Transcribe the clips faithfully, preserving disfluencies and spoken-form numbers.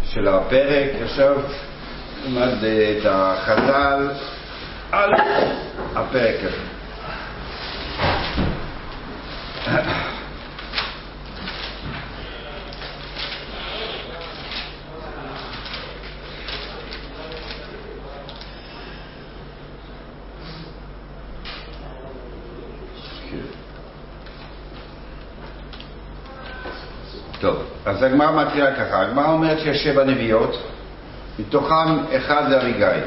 של הפרק. עכשיו נלמד את החז"ל על הפרק הזה. טוב, אז הגמרא מתחילה ככה. הגמרא אומרת שיש שבע נביאות, מתוכם אחד זה אביגיל.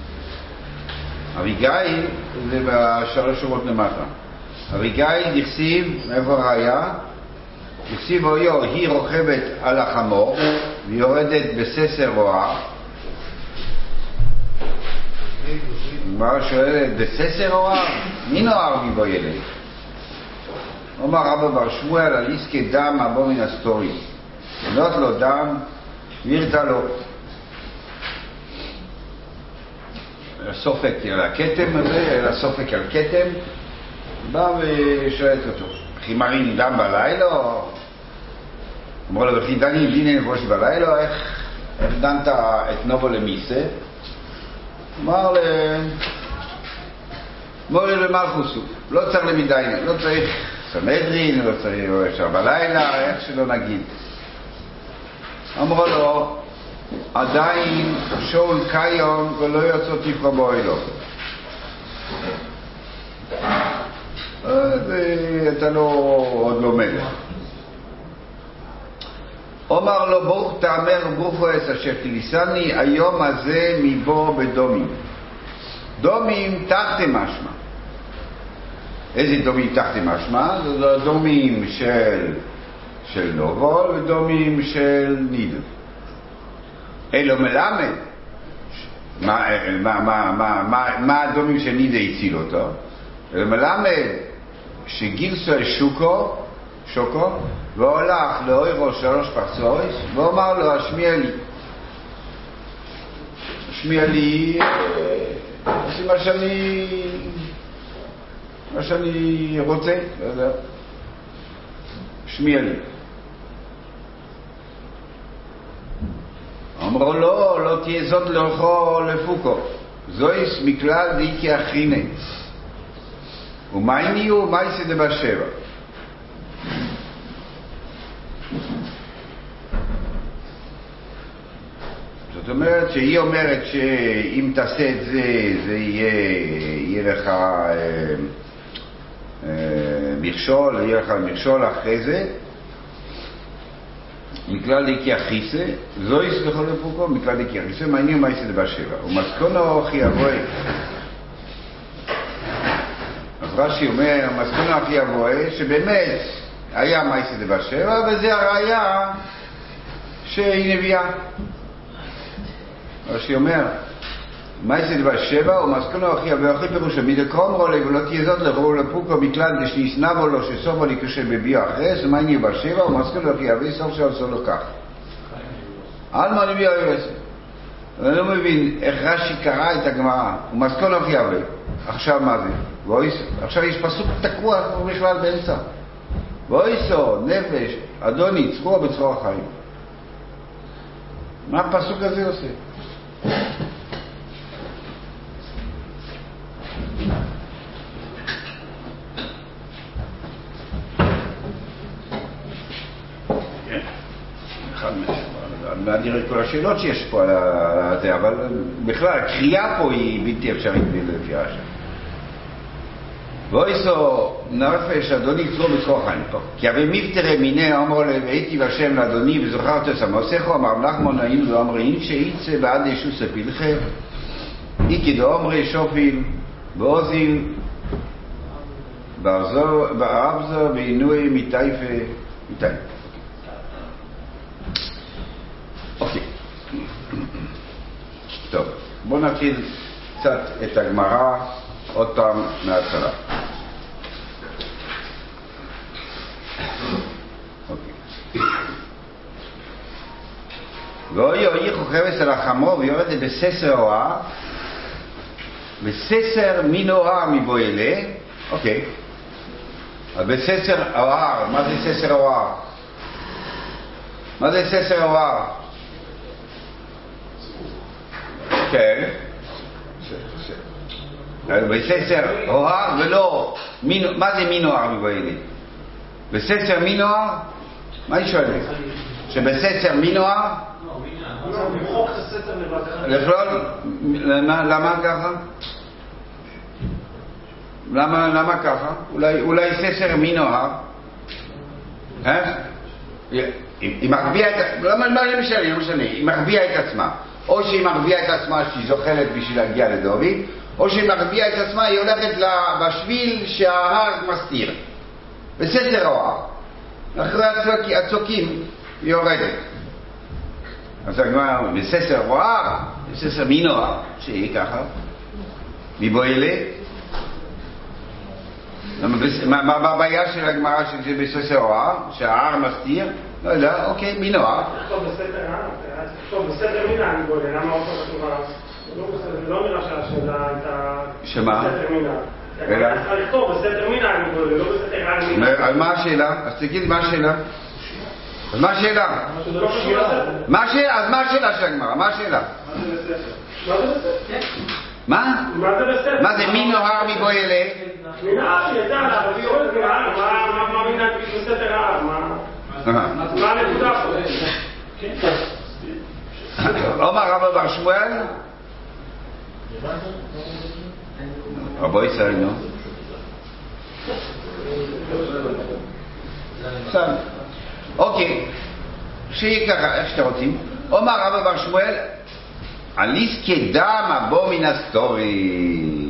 אביגיל זה בשלוש שורות למטה. אביגיל דכסיב, מאיפה הראיה? דכסיב אויו, היא רוכבת על החמור ויורדת בססר רועה. הגמרא שואלת, בססר רועה? מי נוער מבו ילד? אומר רבא בר שמואל על עסקי דם אבו מן הסטורי. נות לו דם וירתה לו. סופק על הכתם הזה, סופק על כתם, בא ושואלת אותו, חימרים דם בלילה? אמרו לו, וכי דני דין נבוש בלילה, איך, איך דנת את נובו למיסה? אמר ל... מורי למלכוסו, לא צריך למידיין, לא צריך סנהדרין, לא צריך אפשר בלילה, איך שלא נגיד. אמרו לו, עדיין שאול קיום ולא יוצא תפרע באוהלו. אתה לא, עוד לא מלך. אומר לו, ברוך תאמר ברוכו אס אשר תליסני היום הזה מבוא בדומים. דומים תחתי משמע. איזה דומים תחתי משמע? זה דומים של, של נובול ודומים של נידל. אלו מלמד מה, מה, מה, מה, מה, מה הדומים שנידה הציל אותו. אלו מלמד שגילסו אל שוקו שוקו והולך לאוירו שלוש פרצויס ואומר לו, השמיע לי השמיע לי עושים מה שאני מה שאני רוצה, לא יודע, השמיע לי. אמרו לא, לא תהיה זאת לאוכו לפוקו, זויס מכלל דאיקי אחיני ומה יניו מייסה דבשבע. זאת אומרת שהיא אומרת שאם תעשה את זה זה יהיה, יהיה לך אה, אה, מכשול, יהיה לך מכשול אחרי זה מכלל דיקי אחיסה, זו יסלחו לפוקו, מכלל דיקי אחיסה, מעניין מה יסד בשבע. ומסכונו אחי אבוי. אז רש"י אומר, מסכונו אחי אבוי, שבאמת היה מה יסד בשבע, וזה הראיה שהיא נביאה. רש"י אומר, מה יסד בשבע, ומסכונו אחי אבוי, אחי פירוש המידה קומרו לי, ולא תהיה זאת לרעו לפוקו, מכלל דשניסנבו לו, שסופו לי כשבביאו אחרי, זה מה יהיה בשבע, ומסכונו אחי אבוי, סוף שעשו לו כך. על מה נביא היועסת? אני לא מבין איך רש"י קרא את הגמרא, ומסכונו אחי אבוי. עכשיו מה זה? ואויסו. עכשיו יש פסוק תקוע בכלל באמצע. ואויסו, נפש, אדוני, צחור בצחור החיים. מה הפסוק הזה עושה? אני נראה את כל השאלות שיש פה על זה, אבל בכלל הקריאה פה היא בלתי אפשרית לפי השם. ואויסו נפש אדוני צחור בצחור החיים. כי הרי מבטרה מיני אמרו והייתי בשם לאדוני וזוכרת סמוסכו, אמר נחמון נעים ואמרים שיצא בעד ישוס הפילחה איקי דאומרי שופיל ועוזיל באבזו ועינוי מטייפה מטייפה. אוקיי. טוב, בואו נתחיל קצת את הגמרא עוד פעם מההתחלה. אוקיי. ואוי אוי חוכבת על החמור ויורדת בססר הואה, בססר מן הואה מבו אלה. אוקיי. אז בססר הואה, מה זה ססר הואה? מה זה ססר הואה? כן. בססר אוהר ולא, מה זה מינואר מבוילי? בססר מינואר? מה היא שואלת? שבססר מינואר? למחוק את הססר לבד. לכלול? למה ככה? למה ככה? אולי ססר מינואר? אה? היא מרביעה את... לא משנה, לא משנה, היא מרביעה את עצמה. או שהיא מרביעה את עצמה שהיא זוכרת בשביל להגיע לדוד, או שהיא מרביעה את עצמה, היא הולכת בשביל שההר מסתיר. בססר ההר. אחרי הצוקים היא יורדת. אז הגמרא, בססר ההר, בססר מינואר, שהיא ככה, מבוילה. מה הבעיה של הגמרא שזה בססר ההר, שההר מסתיר? לא יודע, אוקיי, מינואר. תכתוב בסתר ההר, תכתוב בסתר מינה, אני בוילה, למה עוד פעם כתוב ההר? זה לא נראה שהשאלה הייתה... שמה? בסתר מינה. אלא? אני צריכה לכתוב בסתר מינה, אני בוילה, לא בסתר ההר מינה. על מה השאלה? אז תגיד מה השאלה? אז מה השאלה? מה השאלה? אז מה השאלה של הגמרא? מה השאלה? מה זה בסתר? מה? מה זה בסתר? מה זה מינואר מבוילה? מינה שידע לה, אבל היא יורדת מההר, מה מינה בסתר ההר? מה הנקודה פה? אומר רב בר שמואל? רבו ישראל, נו. בסדר. אוקיי, שיהיה ככה, איך שאתם רוצים. אומר רב בר שמואל, עליס כדם הבוא מן הסטורי.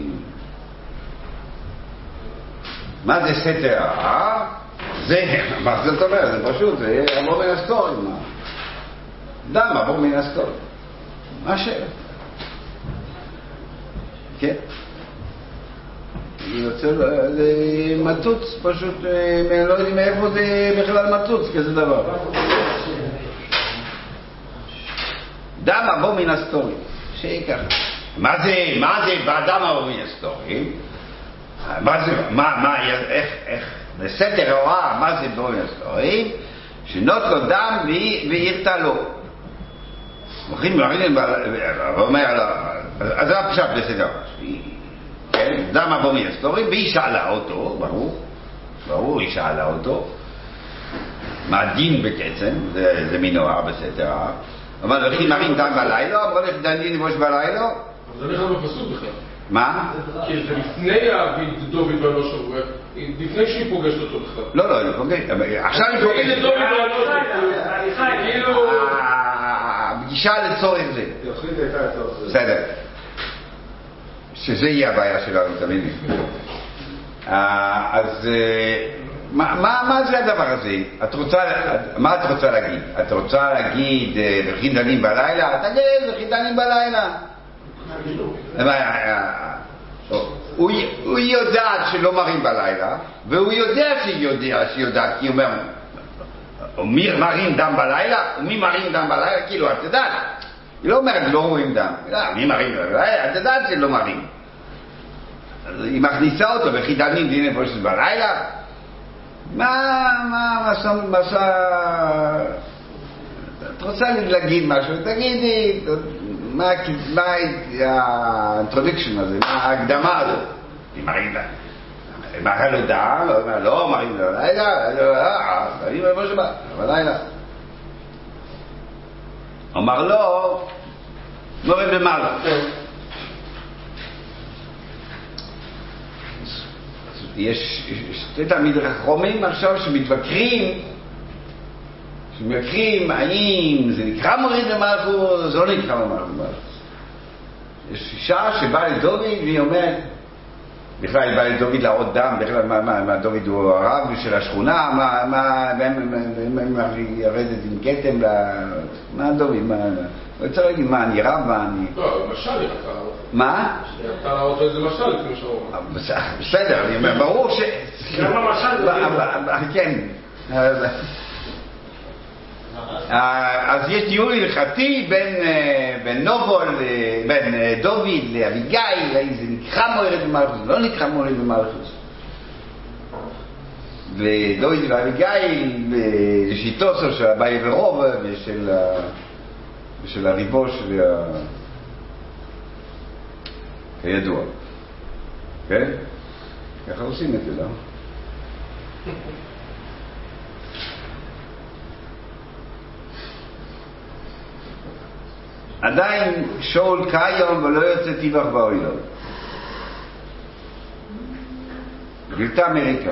מה זה סתר ההר? זה, מה זאת אומרת? זה פשוט, זה הבוא מן הסטורי. דם הבוא מן הסטורי. מה השאלה? כן? אני רוצה למטוץ, פשוט לא יודעים מאיפה זה בכלל מטוץ, כזה דבר. דם הבוא מן הסטורי. שיהיה ככה. מה זה, מה זה בדם הבוא מן הסטורי? מה זה, מה, מה, איך, איך, בסתר ההר, מה זה בוא מן הסטורי? שנות לו דם והירתה לו. מוכרים מראים, ואומר, אז זה הפשט בסתר ההר. כן, דם הבוא מן הסטורי, והיא שאלה אותו, ברור, ברור, היא שאלה אותו, מה הדין בקצם, זה, זה מינואר בסתר ההר. אבל לכי מרים דם בלילה, אמרו לך דין לבוש בלילה? זה לא בפסוק בכלל. מה? כי זה לפני דוד ואנוש, לפני שהיא פוגשת אותו בכלל. לא, לא, היא פוגשת, עכשיו היא פוגשת. הנה דוד ואנוש, כאילו... הפגישה לצורך זה. בסדר. שזה יהיה הבעיה שלנו, תמיד. אז מה זה הדבר הזה? מה את רוצה להגיד? את רוצה להגיד וכי דנים בלילה? תגיד, וכי דנים בלילה. הוא יודעת שלא מרים בלילה, והוא יודע שהיא יודעת, שהיא יודעת, כי הוא אומר, מי מרים דם בלילה? ומי מרים דם בלילה? כאילו, את יודעת. היא לא אומרת, לא רואים דם. מי מרים בלילה? את יודעת שלא מרים. אז היא מכניסה אותו בחידנים דין נפושת בלילה. מה, מה, מה, מה, את רוצה להגיד משהו? תגידי, מה האינטרודקשן הזה, מה ההקדמה הזאת? היא מרים לה. היא מראה לו דם, לא, מרים לו לילה, מרים לו נפושת בלילה. אמר לו, מורד במעלה. יש שתי תלמידי חכמים עכשיו שמתווכחים, שמתווכחים האם זה נקרא מוריד במלכות, זה לא נקרא במלכות. יש אישה שבאה לדוד והיא אומרת, בכלל היא באה לדוד להראות דם, בכלל מה, מה, מה דוד הוא הרב של השכונה, מה, מה, מה, ירדת עם כתם, מה דוד, מה, הוא רוצה להגיד מה אני רב, מה אני... לא, משל היא רצה להראות. מה? היא רצה להראות איזה משל לפני שעור. בסדר, אני אומר, ברור ש... גם המשל זה... כן. אז יש דיון הלכתי בין נובול, בין דוד לאביגיל, האם זה נקרא מורד במלכות, זה לא נקרא מורד במלכות. ודוד ואביגיל, לשיטוסו של אביי ורוב ושל הריבו של כידוע. כן? ככה עושים את זה, לא? עדיין שאול קיים ולא יוצא טבח באוילון. גילתה אמריקה.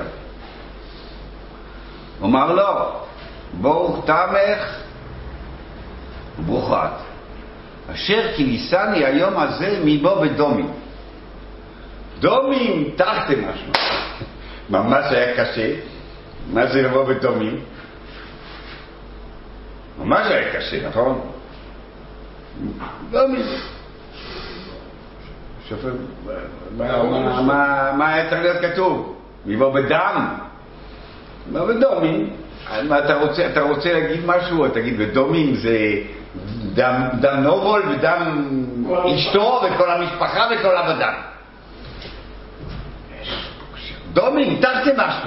אומר לו, ברוך תמך וברוכת. אשר כיניסני היום הזה מבוא בדומים. דומים תחתם משמע. ממש היה קשה. מה זה לבוא בדומים? ממש היה קשה, נכון? דומים. שופר, מה היה צריך להיות כתוב? מבוא בדם? מה בדומים? אתה רוצה להגיד משהו? תגיד, בדומים זה דם נובול ודם אשתו וכל המשפחה וכל עבודה. דומים, תרתי משמע.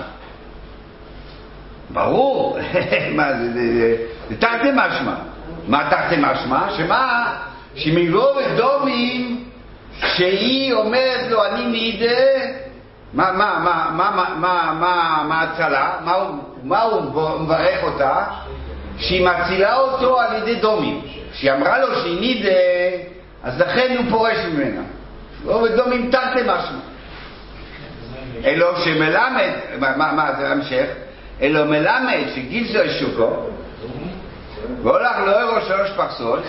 ברור. מה זה? זה תרתי משמע. מה תרתי משמע? שמה? שמבוא בדומים שהיא אומרת לו אני נידה, מה, מה, מה, מה, מה, מה, מה הצלה? מה הוא, מה הוא מברך אותה? שהיא מצילה אותו על ידי דומים. שהיא אמרה לו שהיא נידה, אז לכן הוא פורש ממנה. לא בדומים תרתי משמע. אלו שמלמד, מה, מה, זה המשך? אלו מלמד שגילסו השוקו, והולך לאורו שלוש פרסות,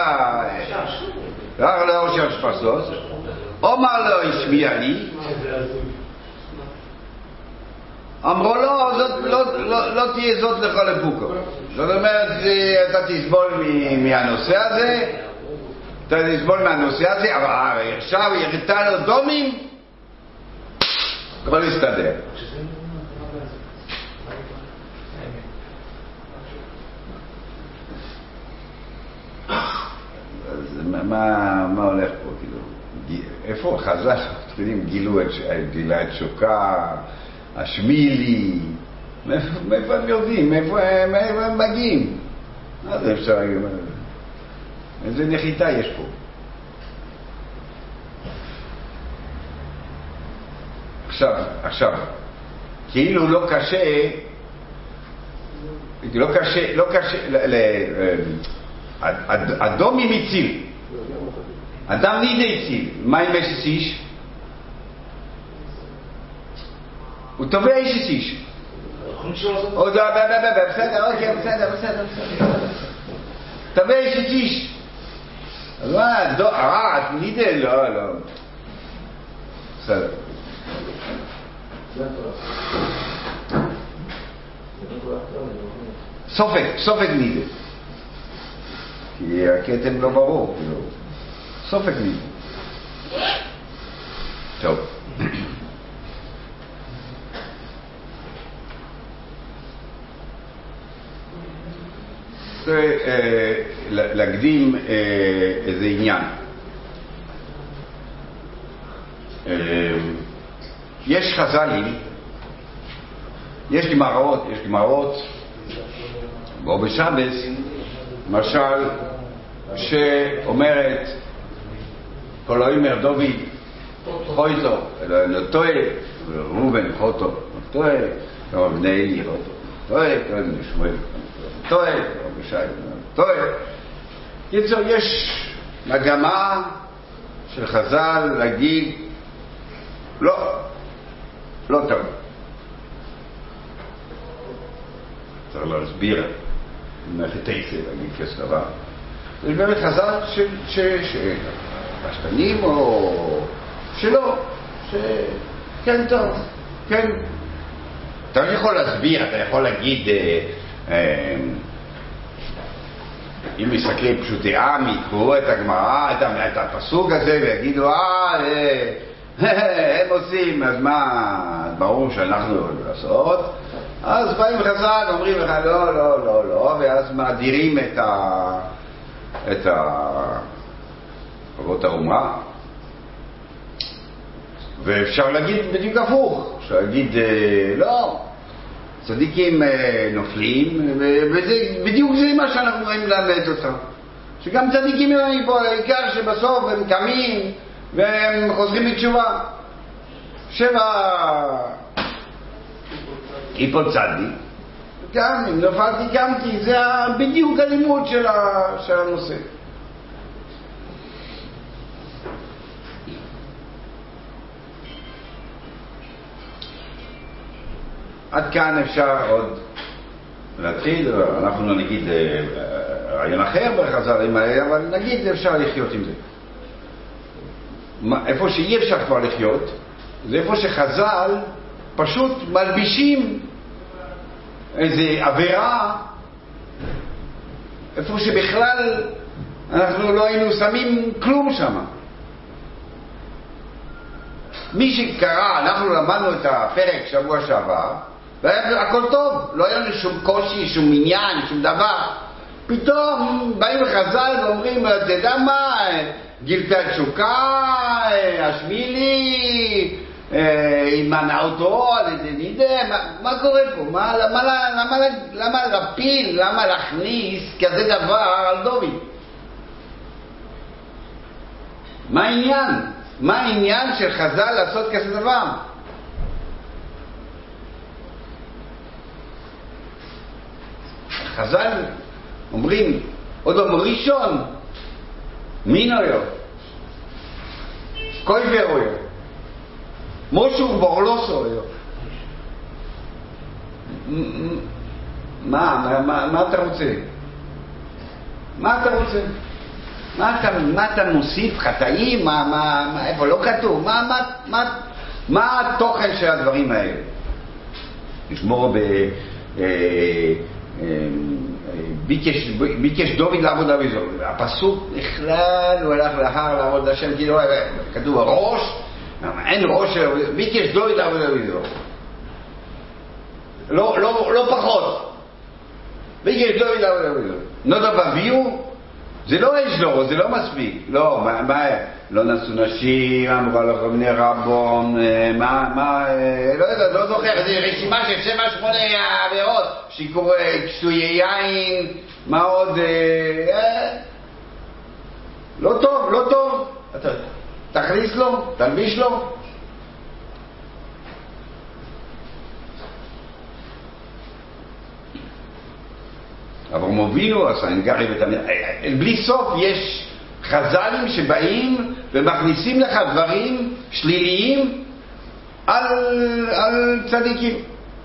הולך לאורו שלוש פרסות, אומר לו, השמיע לי, אמרו לו, זאת, לא, לא, לא תהיה זאת לכל הפוקו. זאת אומרת, אתה תסבול מהנושא הזה, אתה תסבול מהנושא הזה, אבל עכשיו יריתה לו דומים, כבר להסתדר. אז מה, מה הולך פה, כאילו? איפה חז"ל? אתם יודעים, גילו את, גילה את שוקה, השמילי, מאיפה הם יודעים? מאיפה הם מגיעים? מה זה אפשר להגיד? איזה נחיתה יש פה? עכשיו, עכשיו, כאילו לא קשה, לא קשה, לא קשה, אדומים הציל, אדם נידה הציל, מה עם אשת איש? הוא תובע אשת איש. בסדר, אוקיי, בסדר, בסדר, בסדר. תובע אשת איש. אז מה, אה, את נידה? לא, לא. בסדר. סופק, סופק נידה. כי הכתם לא ברור, כאילו. סופק נידה. טוב. זה להקדים איזה עניין. יש חז"לים, יש גמרות, יש גמרות, בו בשבס, למשל, שאומרת, כל האומר דוד, חויתו, לא טועה, רובן חוטו, טועה, לא בני אלי חוטו, טועה, טועה נשמואל, טועה, לא בשי, טועה. קיצור, יש מגמה של חז"ל להגיד, לא, לא טוב. צריך להסביר מהחטאיסה, להגיד כזה דבר. יש באמת חז"ל שפשטנים או שלא, שכן טוב, כן. אתה יכול להסביר, אתה יכול להגיד, אם מסתכלים פשוטי עם, יקראו את הגמרא, את הפסוק הזה ויגידו, אה, הם עושים, אז מה, ברור שאנחנו יכולים לעשות. אז באים חז"ל, אומרים לך לא, לא, לא, לא, ואז מאדירים את ה... את אבות האומה. ואפשר להגיד בדיוק הפוך, אפשר להגיד לא, צדיקים נופלים, ובדיוק זה מה שאנחנו רואים ללמד אותם. שגם צדיקים פה, העיקר שבסוף הם קמים, והם חוזרים בתשובה. שבע יפול צדי, גם אם נפלתי קמתי, זה בדיוק הלימוד של, ה... של הנושא. עד כאן אפשר עוד להתחיל, אנחנו לא נגיד רעיון אחר בחז"לים האלה, אבל נגיד אפשר לחיות עם זה. איפה שאי אפשר כבר לחיות, זה איפה שחז"ל פשוט מלבישים איזו עבירה, איפה שבכלל אנחנו לא היינו שמים כלום שם. מי שקרא, אנחנו למדנו את הפרק שבוע שעבר, והיה הכל טוב, לא היה לנו שום קושי, שום עניין, שום דבר. פתאום באים לחז"ל ואומרים, אתה יודע מה, גילת תשוקה, השמילי, אימנה אותו, נדע, מה, מה קורה פה? מה, למה, למה, למה להפיל, למה להכניס כזה דבר על דוד? מה העניין? מה העניין של חז"ל לעשות כזה דבר? חז"ל אומרים, עוד לא ראשון, מין היו, קויבר היו, משהו בורלוסו היו. מה, מה, מה אתה רוצה? מה אתה רוצה? מה אתה, מה אתה מוסיף חטאים? מה, מה, מה, איפה לא כתוב? מה, מה, מה, מה התוכן של הדברים האלה? לשמור ב... אה, אה, ביקש, ביקש דוד לעבוד אביזור. הפסוק בכלל הוא הלך להר לעבוד השם, כאילו כתוב הראש, אין ראש, ביקש דוד לעבוד אביזור. לא, לא, לא פחות. ביקש דוד לעבוד אביזור. נודע בביו, זה לא יש לו, זה לא מספיק. לא, מה, מה, לא נשאו נשים, אמרו לו כל מיני רבון, מה, מה, לא יודע, לא זוכר, זה רשימה של שבע שמונה עבירות, שיקור, כסויי יין, מה עוד, אה, לא טוב, לא טוב, אתה, תכניס לו, תלביש לו. אבל מובילו, הסנגרי ותמיד, בלי סוף יש חז"לים שבאים ומכניסים לך דברים שליליים על, על צדיקים.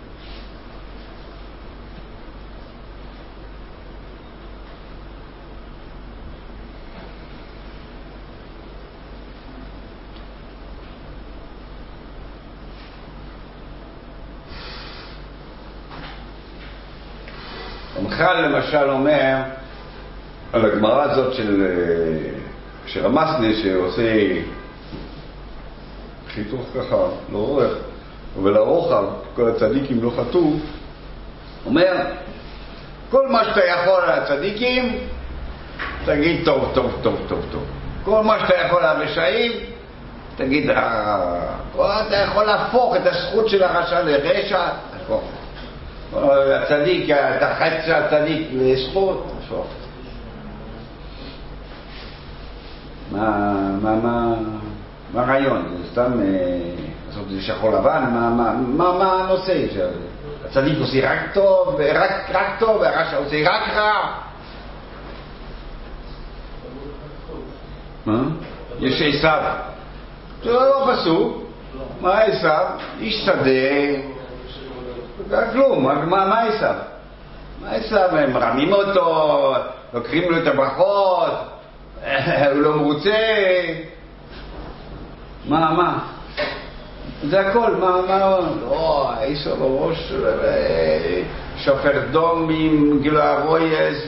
המחל למשל אומר על הגמרא הזאת של שרמסנה שעושה חיתוך ככה לאורך ולרוחב, כל הצדיקים לא חטאו, אומר כל מה שאתה יכול על הצדיקים תגיד טוב טוב טוב טוב טוב, כל מה שאתה יכול על הרשעים תגיד אה, אתה יכול להפוך את הזכות של הרשע לרשע, תהפוך הצדיק, אתה חץ הצדיק לזכות, תהפוך. מה, מה, מה, מה הרעיון? זה סתם לעשות זה שחור לבן? מה, מה, מה, מה הנושא? הצדיק עושה רק טוב, רק, רק טוב, והרשע עושה רק רע. מה? יש עשיו. זה לא פסוק. מה עשיו? איש שדה, כלום. מה עשיו? מה עשיו? הם מרמים אותו, לוקחים לו את הברכות, הוא לא מרוצה. מה, מה? זה הכל, מה, מה? לא, איסו בראש, שופר דומים, גילוי אבויס,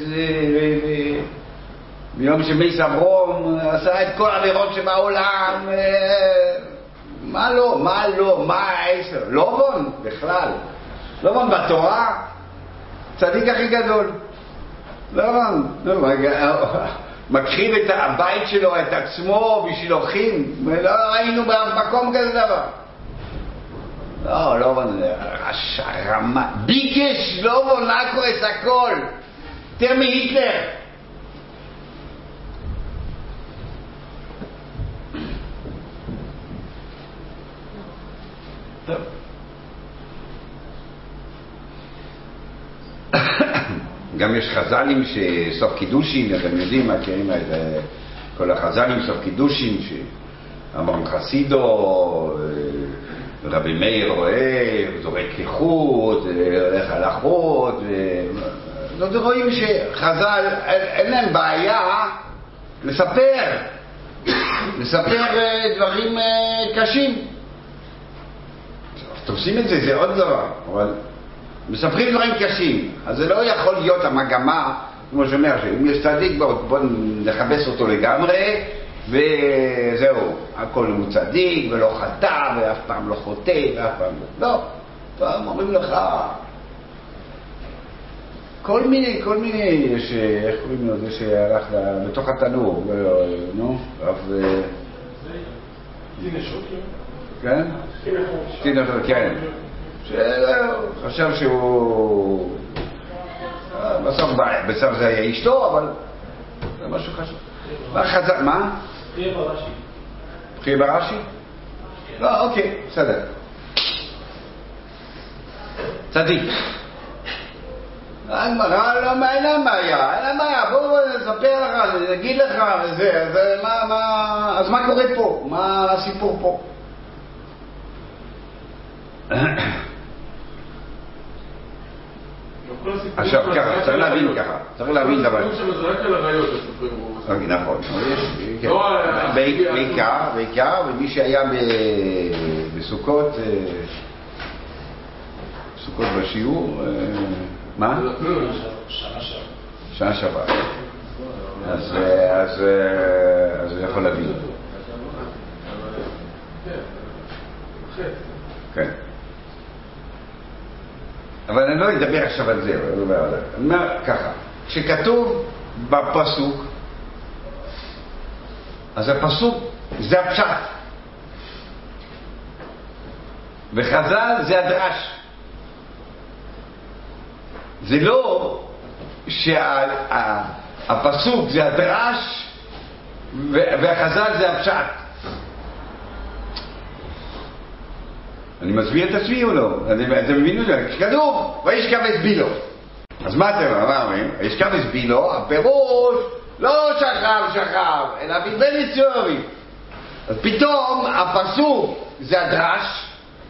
ביום שמייס אברום, עשה את כל העבירות שבעולם. מה לא, מה לא, מה איסו? לא בון, בכלל. לא בון בתורה, צדיק הכי גדול. לא בון, לא בון. מקריב את הבית שלו, את עצמו, בשביל אורחים. לא ראינו במקום כזה דבר. לא, לא בון, רמה. ביקש, לא בון, נקו את הכל. יותר מהיטלר. גם יש חז"לים שסוף קידושין, אתם יודעים, מכירים את כל החז"לים סוף קידושין, שאמרם חסידו, רבי מאיר רואה, זורק איכות, הולך הלכות, זאת רואים שחז"ל אין להם בעיה לספר, לספר דברים קשים. תופסים את זה, זה עוד דבר, אבל מספרים דברים קשים, אז זה לא יכול להיות המגמה, כמו שאומר, שאם יש צדיק, בואו נחבס אותו לגמרי, וזהו, הכל הוא צדיק, ולא חטא, ואף פעם לא חוטא, ואף פעם לא. לא, פעם אומרים לך, כל מיני, כל מיני, יש, איך קוראים לו, זה שהלך בתוך התנור, נו, אף... תינשוק? כן? תינשוק, כן. חשב שהוא... בסוף, בסוף זה היה אשתו, אבל זה משהו חשוב. מה חזר, מה? חיה ברש"י. חיה ברש"י? לא, אוקיי, בסדר. צדיק. הגמרא, לא, אין להם בעיה, אין להם בעיה, בואו נספר לך, נגיד לך, וזה, אז מה, מה, אז מה קורה פה? מה הסיפור פה? עכשיו ככה, צריך להבין ככה, צריך להבין דבר. זה רק על הרעיות הסופרים. נכון, בעיקר, בעיקר, ומי שהיה בסוכות, סוכות בשיעור, מה? שנה שעברה. אז הוא יכול להבין. כן. אבל אני לא אדבר עכשיו על זה, אני אומר ככה, כשכתוב בפסוק, אז הפסוק זה הפשט, וחז"ל זה הדרש. זה לא שהפסוק זה הדרש והחז"ל זה הפשט. אני מסביר את עצמי או לא? אתם מבינים את זה? כשכתוב, וישכב את בילו. אז מה אתם אומרים? וישכב את בילו, הפירוש לא שכב שכב, אלא בלבל יצורי. אז פתאום הפסוק זה הדרש,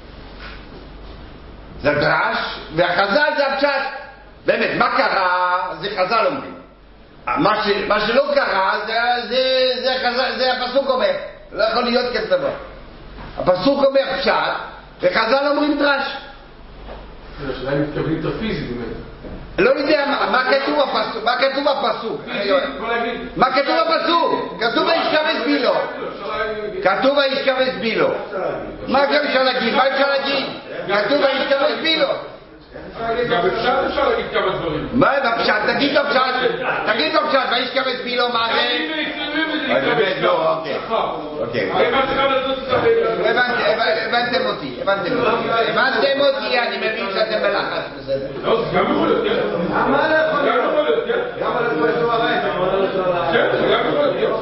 זה הדרש, והחז"ל זה הפשט. באמת, מה קרה? זה חז"ל אומרים. מה, ש, מה שלא קרה, זה, זה, זה, חז"ל, זה הפסוק אומר. לא יכול להיות כזה דבר. הפסוק אומר פשט, וחז"ל אומרים דרש. השאלה אם מתכוונים את הפיזי באמת. לא יודע, מה כתוב בפסוק? מה כתוב בפסוק? מה כתוב בפסוק? כתוב וישכב בילו. כתוב וישכב בילו. מה גם אפשר להגיד? מה אפשר להגיד? כתוב וישכב בילו. גם בפשט אפשר להגיד כמה דברים. מה בפשט? תגיד בפשט. תגיד בפשט, וישכב בילו, מה זה? לא, אוקיי. אוקיי. הבנתם אותי, הבנתם אותי. הבנתם אותי, אני מבין שאתם בלחץ, בסדר. לא, זה גם יכול להיות, כן. למה לא יכול להיות? גם יכול להיות, כן. גם על הדבר שלו הרעי. כן, זה גם יכול להיות,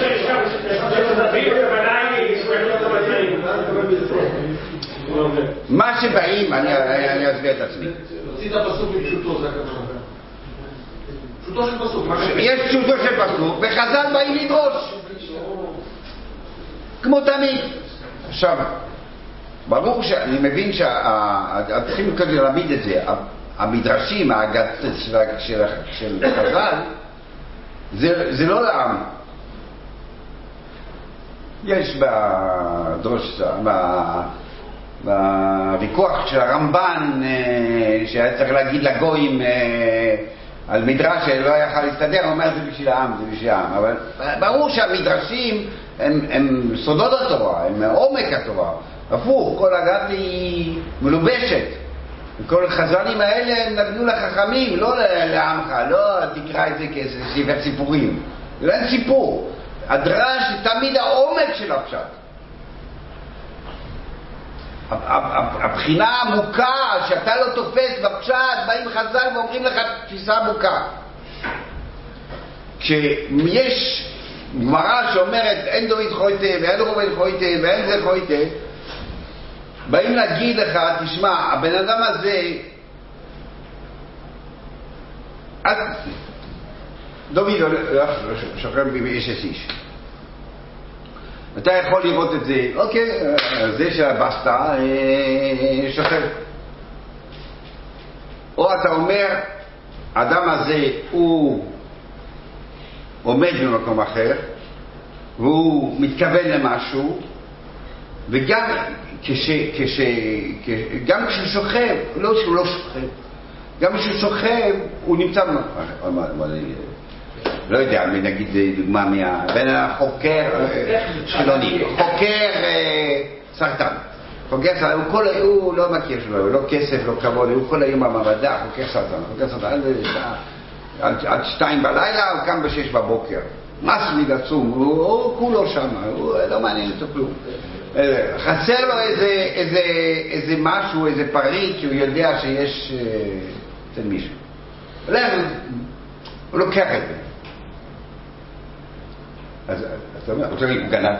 מה שבאים, אני אסביר את עצמי. תוציא את הפסוק מפשוטו, זה הכוונה. פשוטו של פסוק. יש פשוטו של פסוק, וחז"ל באים לדרוש. כמו תמיד. עכשיו, ברור שאני מבין שהתחילים כדי להעמיד את זה, המדרשים, ההגת של חז"ל, זה לא לעם. יש בדרוש, בוויכוח של הרמב"ן, שהיה צריך להגיד לגויים על מדרש שלא יכל להסתדר, הוא אומר זה בשביל העם, זה בשביל העם. אבל ברור שהמדרשים הם, הם סודות התורה, הם עומק התורה. הפוך, כל הגת היא מלובשת. כל החז"לים האלה הם נתנו לחכמים, לא לעמך, לא תקרא את זה כספר סיפורים. זה אין סיפור. הדרש זה תמיד העומק של הפשט. הבחינה העמוקה שאתה לא תופס בפשט, באים חז"ל ואומרים לך תפיסה עמוקה. כשיש גמרא שאומרת אין דוד חויטה ואין רובן חויטה ואין זה חויטה, באים להגיד לך, תשמע, הבן אדם הזה, את, דוד שוכב באשת איש. אתה יכול לראות את זה, אוקיי, זה שהבסטה שוכב. או אתה אומר, האדם הזה הוא עומד במקום אחר, והוא מתכוון למשהו, וגם כש, כש, כש, גם כשהוא שוכב, לא שהוא לא שוכב, גם כשהוא שוכב, הוא נמצא, לא יודע, נגיד דוגמה מה, בין החוקר חילוני, חוקר סרטן. חוקר סרטן, הוא כל היום, הוא לא מכיר שלו, לא כסף, לא כבוד, הוא כל היום במעבדה, חוקר סרטן, חוקר סרטן, עד, עד שתיים בלילה, הוא קם בשש בבוקר. מסמיד עצום, הוא, הוא כולו שם, הוא לא מעניין אותו כלום. חסר לו איזה, איזה, איזה משהו, איזה פריט שהוא יודע שיש אצל מישהו. הוא לוקח את זה. אז אתה אומר, הוא גנב.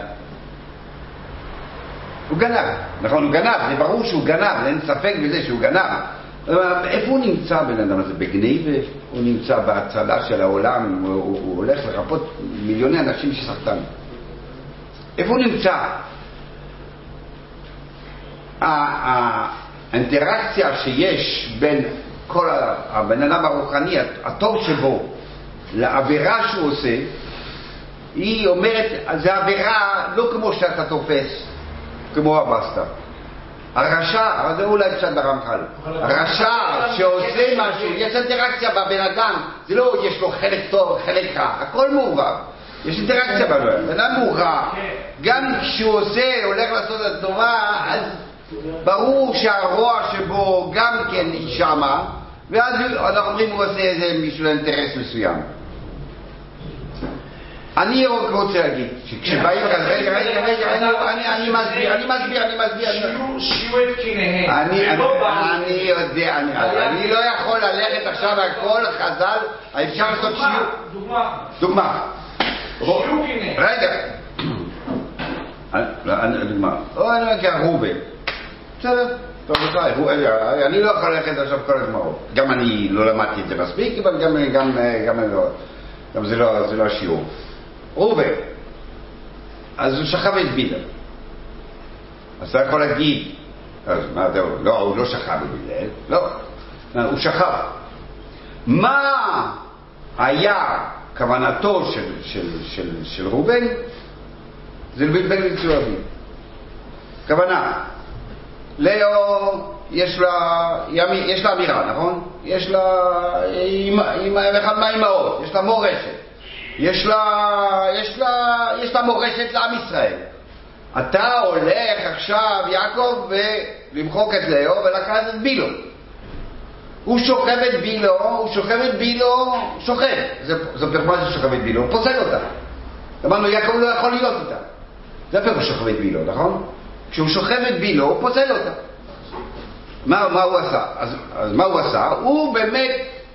הוא גנב, נכון? הוא גנב, זה ברור שהוא גנב, אין ספק בזה שהוא גנב. איפה הוא נמצא בן אדם הזה? בגניבה? הוא נמצא בהצלה של העולם, הוא, הוא, הוא הולך לרפות מיליוני אנשים שסרטן. איפה הוא נמצא? האינטראקציה שיש בין כל הבן אדם הרוחני, הטוב שבו, לעבירה שהוא עושה, היא אומרת, זה עבירה לא כמו שאתה תופס, כמו הבסטה. הרשע, זה אולי קצת ברמח"ל, הרשע שעושה משהו, יש אינטראקציה בבן אדם, זה לא יש לו חלק טוב, חלק רע, הכל מעורב, יש אינטראקציה בבן אדם, בן אדם מעורב, גם כשהוא עושה, הולך לעשות את הטובה, אז ברור שהרוע שבו גם כן היא שמה, ואז אנחנו אומרים הוא עושה איזה מישהו לאינטרס מסוים. אני רוצה להגיד, שכשבאים, רגע, רגע, רגע, אני מסביר, אני מסביר, אני מסביר. שיעו את קיניהם. אני יודע, אני לא יכול ללכת עכשיו על כל חז"ל, אפשר לעשות שיעור. דוגמה. דוגמה. שיעו קיניהם. רגע. דוגמה. או אני מכיר רובל. בסדר. טוב, אני לא יכול ללכת עכשיו כל הגמרות. גם אני לא למדתי את זה מספיק, אבל גם זה לא השיעור. רובל, אז הוא שכב את בילה. אז אתה יכול להגיד, אז מה אתה אומר? לא, הוא לא שכב את בילה, לא, הוא שכב. מה היה כוונתו של, של, של, של רובל? זה לבלבל אצל אביו. כוונה, לאו יש לה, יש לה אמירה, נכון? יש לה, אחד מהאימהות, יש לה מורשת. יש לה, יש לה, יש לה מורשת לעם ישראל. אתה הולך עכשיו, יעקב, ולמחוק את לאו ולקחת את בילו. הוא שוכב את בילו, הוא שוכב את בילו, שוכב. זו פרמה ששוכב את בילו, הוא פוסל אותה. אמרנו, יעקב לא יכול להיות אותה. זה פרמה ששוכב את בילו, נכון? כשהוא שוכב את בילו, הוא פוסל אותה. מה, מה הוא עשה? אז, אז מה הוא עשה? הוא באמת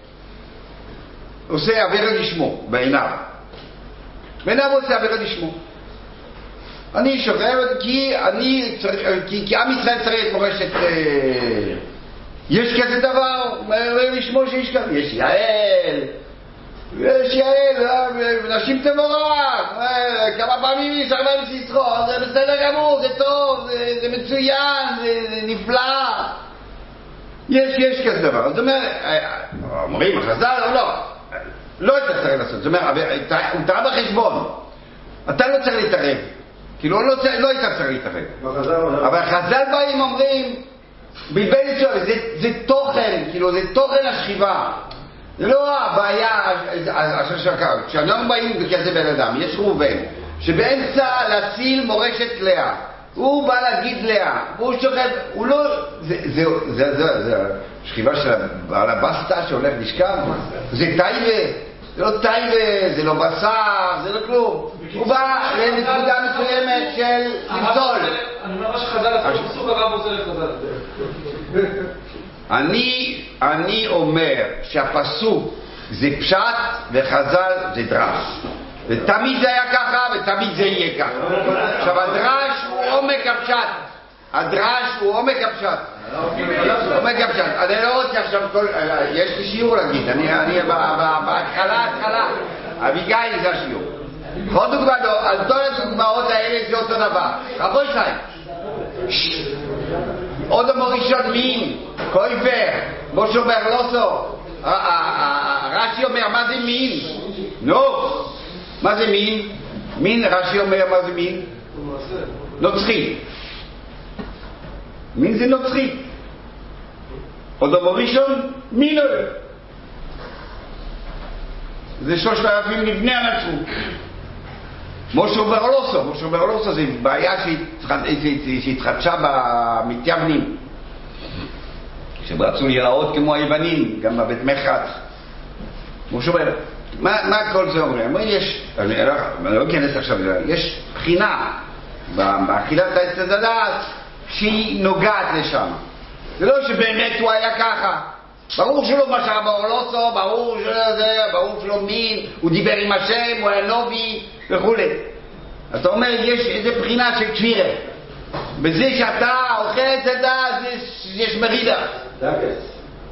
עושה עבירה לשמו, בעיניו. בעיניו הוא עושה עבירה לשמו. אני שוכב כי אני כי, כי עם ישראל צריך את מורשת אה, יש כזה דבר לשמו שיש כאן, יש יעל יש יעל נשים תבורך, כמה פעמים יש הרבה מסתכו, זה בסדר גמור, זה טוב, זה, זה מצוין, זה, זה נפלא, יש, יש כזה דבר. זאת אומרת, אומרים החז"ל או לא, לא אתה צריך לעשות, זאת אומרת, הוא תראה בחשבון, אתה לא צריך להתערב, כאילו לא, לא היית צריך להתערב, אבל חז"ל באים אומרים, בלבל לצוע, זה, זה תוכן, כאילו זה תוכן השכיבה, זה לא הבעיה, כשאנחנו באים בכזה בן אדם, יש ראובן, שבאמצע להציל מורשת לאה, הוא בא להגיד לאה, והוא שוכב, הוא לא, זה, זה, זה, זה, זה, שכיבה של בעל הבסטה שהולך לשכב, זה טייבה, זה לא טייבה, זה לא בשר, זה לא כלום, הוא בא לנקודה מסוימת של לפסול. אני אומר מה שחז"ל עשו, פסוק הרב עושה לחז"ל. אני, אני אומר שהפסוק זה פשט וחז"ל זה דרש. ותמיד זה היה ככה ותמיד זה יהיה ככה. עכשיו הדרש הוא עומק הפשט. הדרש הוא עומק הפשט. עומק הפשט. אני לא רוצה עכשיו כל... יש לי שיעור להגיד, אני בהתחלה, התחלה. אביגיל זה השיעור. עוד דוגמא, על כל הדוגמאות האלה זה אותו דבר. רבו ישראל. עוד אמור ראשון מין, קויפר, מושו ברלוסו. רש"י אומר, מה זה מין? נו, מה זה מין? מין, רש"י אומר, מה זה מין? נוצרי. מין זה נוצרי. עוד אמור ראשון, מין. זה שלושת אלפים לפני הנצרות. מושו ברלוסו, מושו ברלוסו זה בעיה שהתחדשה במתייוונים. שהם רצו להיראות כמו היוונים, גם בבית מחץ. מושו ברלוסו. מה כל זה אומרים? יש, אני לא אכנס עכשיו, יש בחינה באכילת העץ הדעת שהיא נוגעת לשם. זה לא שבאמת הוא היה ככה. ברור שלא מה שהיה ברלוסו, ברור שלא זה, ברור שלא מין, הוא דיבר עם השם, הוא היה נובי וכו'. אתה אומר, יש איזו בחינה של תפירה. בזה שאתה אוכל את הדעת, יש מרידה. דקס.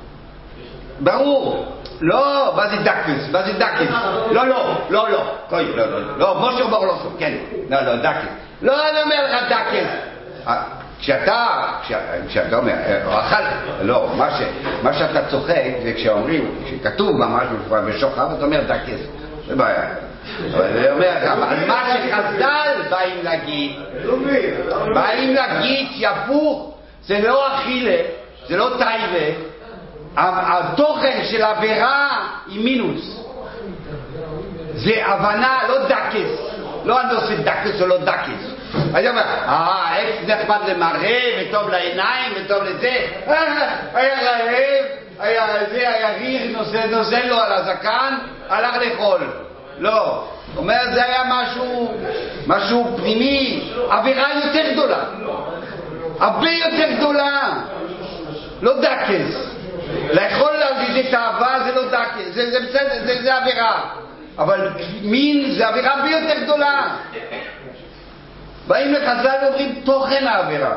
ברור. לא, מה זה דקס? מה זה דקס? לא, לא, לא, לא. לא, לא, לא, משה ברלוסו, כן. לא, לא, דקס. לא, אני אומר לך דקס. כשאתה, כשאתה אומר, אכל, לא, מה, ש, מה שאתה צוחק זה כשאומרים, כשכתוב ממש בשוכב, אתה אומר דקס, זה בעיה. אבל זה אומר, אבל מה שחז"ל באים להגיד, באים להגיד שיפוך, זה לא אכילה, זה לא טייבה, התוכן של עבירה היא מינוס. זה הבנה, לא דקס, לא אני עושה דקס או לא דקס. אני אומר, אה, אקס נחמד למראה וטוב לעיניים וטוב לזה, היה רעב, היה זה, היה ריר, נוזל לו על הזקן, הלך לאכול. לא, אומר, זה היה משהו, משהו פנימי, עבירה יותר גדולה, הרבה יותר גדולה, לא דקס. לאכול להגיד את האהבה זה לא דקס, זה, זה בסדר, זה, זה עבירה, אבל מין זה עבירה הרבה יותר גדולה. באים לחז"ל ואומרים תוכן העבירה.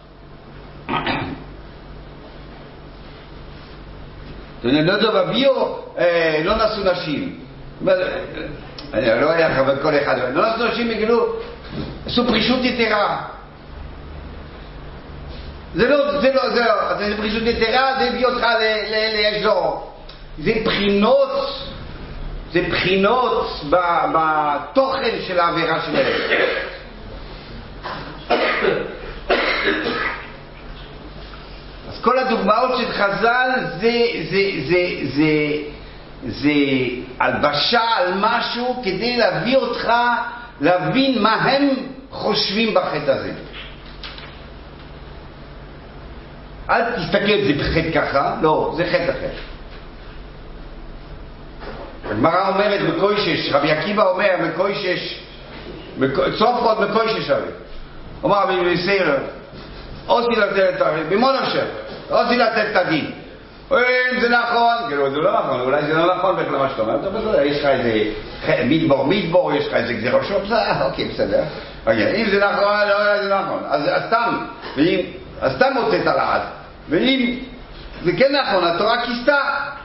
לא טוב, הביאו, לא נשאו נשים. אני לא יודע חבר כל אחד, לא נשאו נשים יגלו, עשו פרישות יתרה. זה לא, זה לא, זה לא, זה פרישות יתרה, זה הביא אותך לאזור. זה בחינות, זה בחינות בתוכן של העבירה שלהם. אז כל הדוגמאות של חז"ל זה, זה, זה, זה, זה הלבשה על משהו כדי להביא אותך להבין מה הם חושבים בחטא הזה. אל תסתכל את זה בחטא ככה, לא, זה חטא אחר. הגמרא אומרת בקוישש, רבי עקיבא אומר בקוישש, צופרות בקוישש הרי. אומר רבי מסעיר, עוזי לתת את הדין, במון עכשיו, עוזי לתת את הדין. אם זה נכון, כאילו זה לא נכון, אולי זה לא נכון בכלל מה שאתה אומר, אתה בסדר, יש לך איזה מדבור, מדבור, יש לך איזה גזירות שוב, אוקיי, בסדר. אם זה נכון, לא, זה נכון. אז סתם, אז סתם מוצאת על העד. ואם זה כן נכון, התורה כיסתה.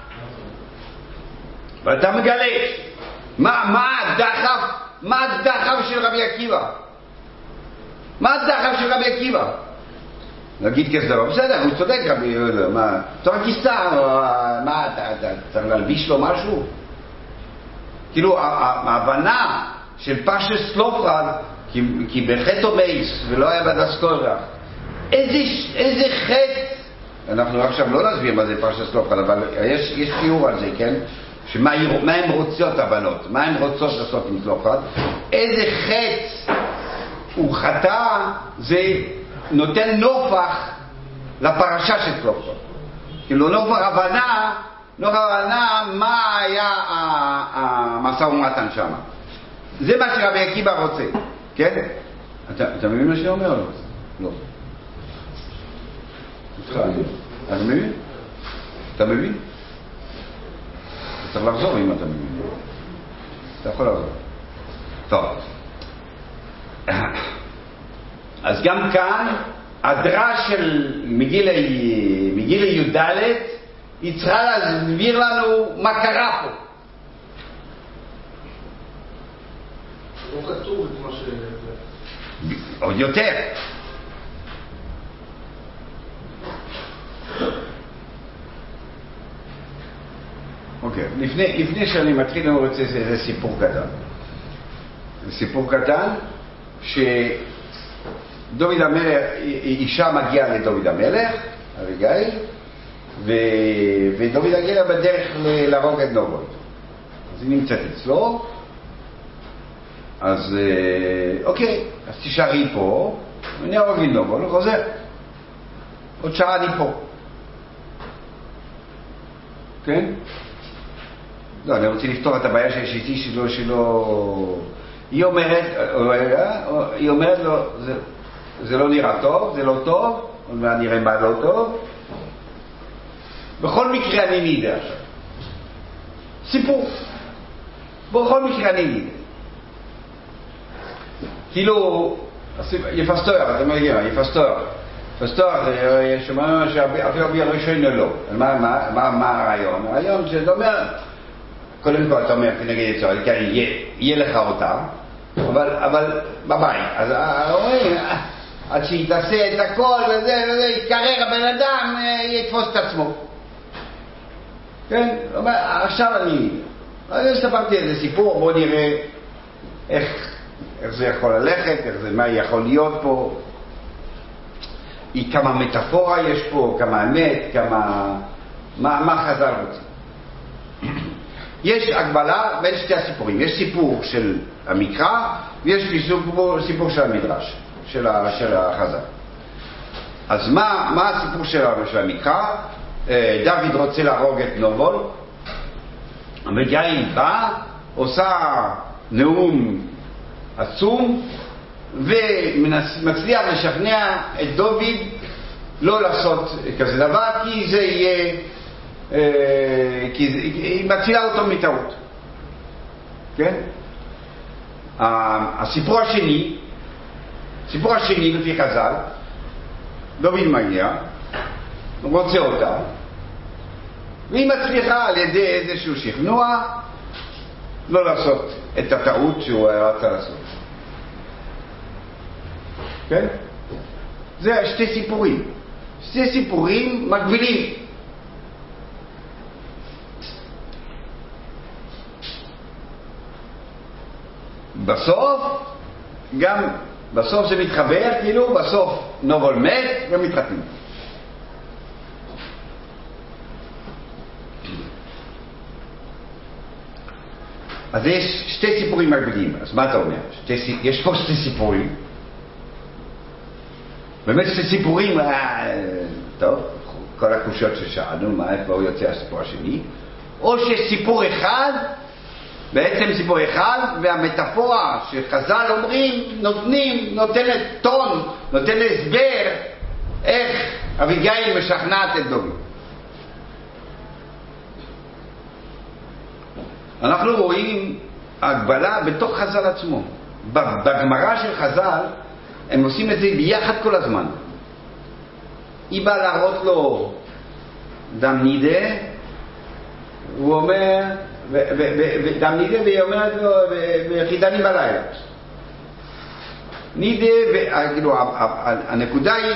ואתה מגלה, מה הדחף, מה הדחף של רבי עקיבא? מה הדחף של רבי עקיבא? נגיד כסדרה, בסדר, הוא צודק רבי יהודה, מה, תורה כיסתה, מה, אתה צריך להלביש לו משהו? כאילו, ההבנה של פשס סלופרד, כי בחטא או בייס, ולא היה בדס קורח, איזה חטא, אנחנו עכשיו לא נסביר מה זה פשס סלופרד, אבל יש שיעור על זה, כן? שמה הם רוצות הבנות, מה הם רוצות לעשות עם סלופרד, איזה חטא הוא חטא, זה נותן נופח לפרשה של סלופרד. כאילו נופח הבנה, נופח הבנה מה היה המשא ומתן שם. זה מה שרבי עקיבא רוצה, כן? אתה, אתה מבין מה שאני אומר או לא? לא. אתה מבין? אתה מבין? אתה צריך לחזור אם אתה מבין. אתה יכול לחזור. טוב. אז גם כאן הדרש של מגיל, מגיל י"ד היא צריכה להסביר לנו מה קרה פה. לא כתוב את מה ש... עוד יותר. אוקיי, לפני, לפני שאני מתחיל אני רוצה איזה סיפור קטן. סיפור קטן שדוד המלך, אישה מגיעה לדוד המלך, אביגיל, ו... ודוד המלך בדרך להרוג את נובל. אז היא נמצאת אצלו, אז אוקיי, אז תישארי פה, אני ארוג את נובל, הוא חוזר. עוד שעה אני פה. כן? לא, אני רוצה לפתור את הבעיה שיש איתי שלו, שלו... היא אומרת, היא אומרת לו, זה, זה לא נראה טוב, זה לא טוב, עוד מעט נראה מה לא טוב. בכל מקרה אני נידה עכשיו. סיפור. בכל מקרה אני נידה. כאילו, יפסטור, אתם יודעים, יפסטור. יפסטור, שמענו שאפילו בראשון לא. מה, מה, מה, מה הרעיון? הרעיון שזה אומר, קודם כל אתה אומר, כנגד יצור, יהיה לך אותה, אבל, אבל בבית. אז רואים, עד שיתעשה את הכל וזה וזה, יתקרר הבן אדם, יתפוס את עצמו. כן? עכשיו אני, אני ספרתי איזה סיפור, בוא נראה איך, איך זה יכול ללכת, איך זה, מה יכול להיות פה. כמה מטאפורה יש פה, כמה אמת, כמה... מה, מה חז"ל רוצים. יש הגבלה בין שתי הסיפורים. יש סיפור של המקרא ויש סיפור, סיפור של המדרש, של, ה, של החז"ל. אז מה, מה הסיפור של, של המקרא? דוד רוצה להרוג את נובל, אביגיל בא, עושה נאום עצום ומצליח לשכנע את דוד לא לעשות כזה דבר, כי זה יהיה, כי היא מצילה אותו מטעות. כן? הסיפור השני, הסיפור השני לפי חז"ל, דוד מגיע, רוצה אותה, והיא מצליחה על ידי איזשהו שכנוע לא לעשות את הטעות שהוא רצה לעשות. כן? זה שתי סיפורים. שתי סיפורים מקבילים. בסוף, גם בסוף זה מתחבר, כאילו בסוף נובל מת ומתחתנים. אז יש שתי סיפורים מקבילים. אז מה אתה אומר? שתי, יש פה שתי סיפורים. באמת שתי סיפורים, אה, טוב, כל הקושיות ששאלנו, מה איפה הוא יוצא הסיפור השני, או שיש סיפור אחד, בעצם סיפור אחד, והמטאפורה שחז"ל אומרים, נותנים, נותנת טון, נותנת הסבר, איך אביגיל משכנעת את דוד. אנחנו רואים הגבלה בתוך חז"ל עצמו. בגמרא של חז"ל, הם עושים את זה ביחד כל הזמן. היא באה להראות לו דם נידה, הוא אומר, דם נידה, והיא אומרת לו, וחידני בלילה. נידה, כאילו, הנקודה היא,